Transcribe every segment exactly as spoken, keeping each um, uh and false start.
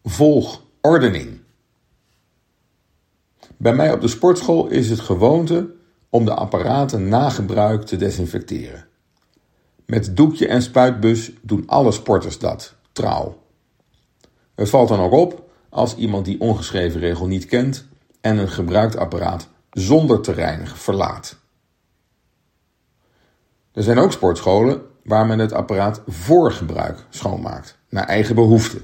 volgordening. Bij mij op de sportschool is het gewoonte om de apparaten na gebruik te desinfecteren. Met doekje en spuitbus doen alle sporters dat, trouw. Het valt dan ook op als iemand die ongeschreven regel niet kent en een gebruikt apparaat zonder te reinigen verlaat. Er zijn ook sportscholen waar men het apparaat voor gebruik schoonmaakt, naar eigen behoefte.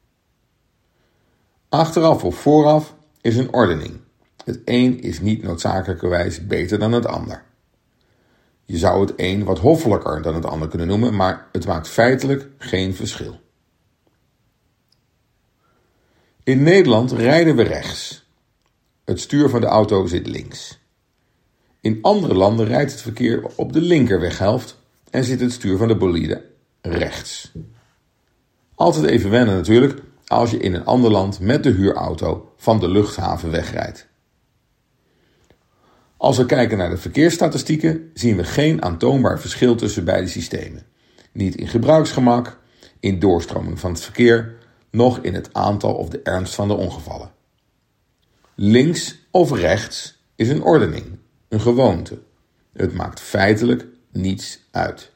Achteraf of vooraf is een ordening. Het een is niet noodzakelijkerwijs beter dan het ander. Je zou het een wat hoffelijker dan het ander kunnen noemen, maar het maakt feitelijk geen verschil. In Nederland rijden we rechts. Het stuur van de auto zit links. In andere landen rijdt het verkeer op de linkerweghelft en zit het stuur van de bolide rechts. Altijd even wennen natuurlijk als je in een ander land met de huurauto van de luchthaven wegrijdt. Als we kijken naar de verkeersstatistieken zien we geen aantoonbaar verschil tussen beide systemen. Niet in gebruiksgemak, in doorstroming van het verkeer, noch in het aantal of de ernst van de ongevallen. Links of rechts is een ordening, een gewoonte. Het maakt feitelijk niets uit.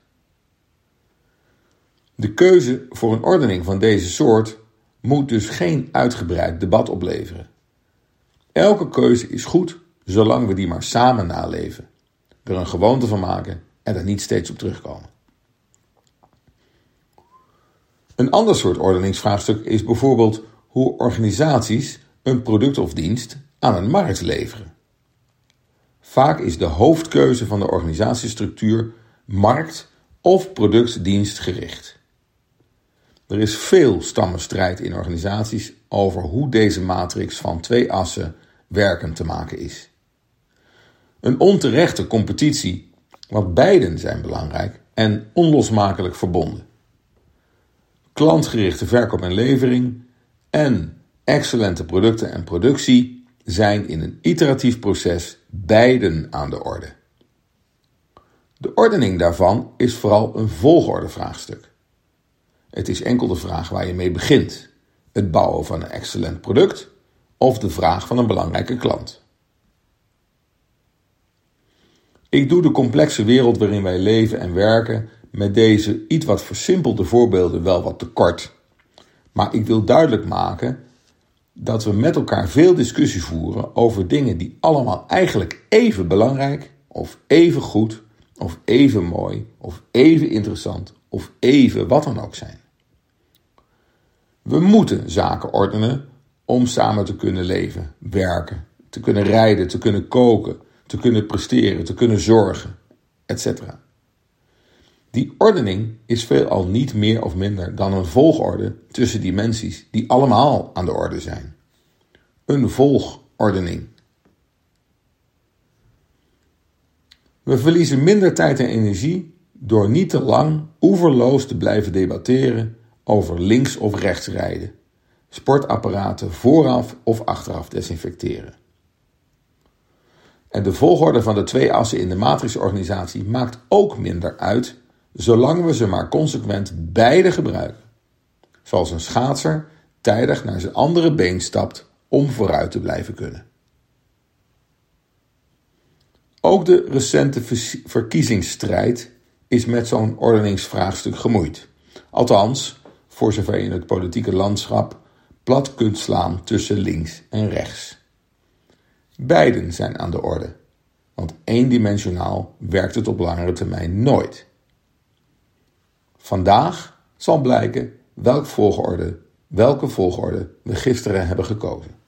De keuze voor een ordening van deze soort moet dus geen uitgebreid debat opleveren. Elke keuze is goed, zolang we die maar samen naleven, er een gewoonte van maken en er niet steeds op terugkomen. Een ander soort ordeningsvraagstuk is bijvoorbeeld hoe organisaties een product of dienst aan een markt leveren. Vaak is de hoofdkeuze van de organisatiestructuur markt- of productdienst gericht. Er is veel stammenstrijd in organisaties over hoe deze matrix van twee assen werkend te maken is. Een onterechte competitie, want beiden zijn belangrijk en onlosmakelijk verbonden. Klantgerichte verkoop en levering en excellente producten en productie zijn in een iteratief proces beiden aan de orde. De ordening daarvan is vooral een volgordevraagstuk. Het is enkel de vraag waar je mee begint: het bouwen van een excellent product of de vraag van een belangrijke klant. Ik doe de complexe wereld waarin wij leven en werken met deze iets wat versimpelde voorbeelden wel wat tekort. Maar ik wil duidelijk maken dat we met elkaar veel discussie voeren over dingen die allemaal eigenlijk even belangrijk of even goed of even mooi of even interessant of even wat dan ook zijn. We moeten zaken ordenen om samen te kunnen leven, werken, te kunnen rijden, te kunnen koken, te kunnen presteren, te kunnen zorgen, et cetera. Die ordening is veelal niet meer of minder dan een volgorde tussen dimensies die allemaal aan de orde zijn. Een volgordening. We verliezen minder tijd en energie door niet te lang oeverloos te blijven debatteren over links of rechts rijden, sportapparaten vooraf of achteraf desinfecteren. En de volgorde van de twee assen in de matrixorganisatie maakt ook minder uit, zolang we ze maar consequent beide gebruiken. Zoals een schaatser tijdig naar zijn andere been stapt om vooruit te blijven kunnen. Ook de recente verkiezingsstrijd is met zo'n ordeningsvraagstuk gemoeid. Althans, voor zover je het politieke landschap plat kunt slaan tussen links en rechts. Beiden zijn aan de orde, want eendimensionaal werkt het op langere termijn nooit. Vandaag zal blijken welke volgorde, welke volgorde we gisteren hebben gekozen.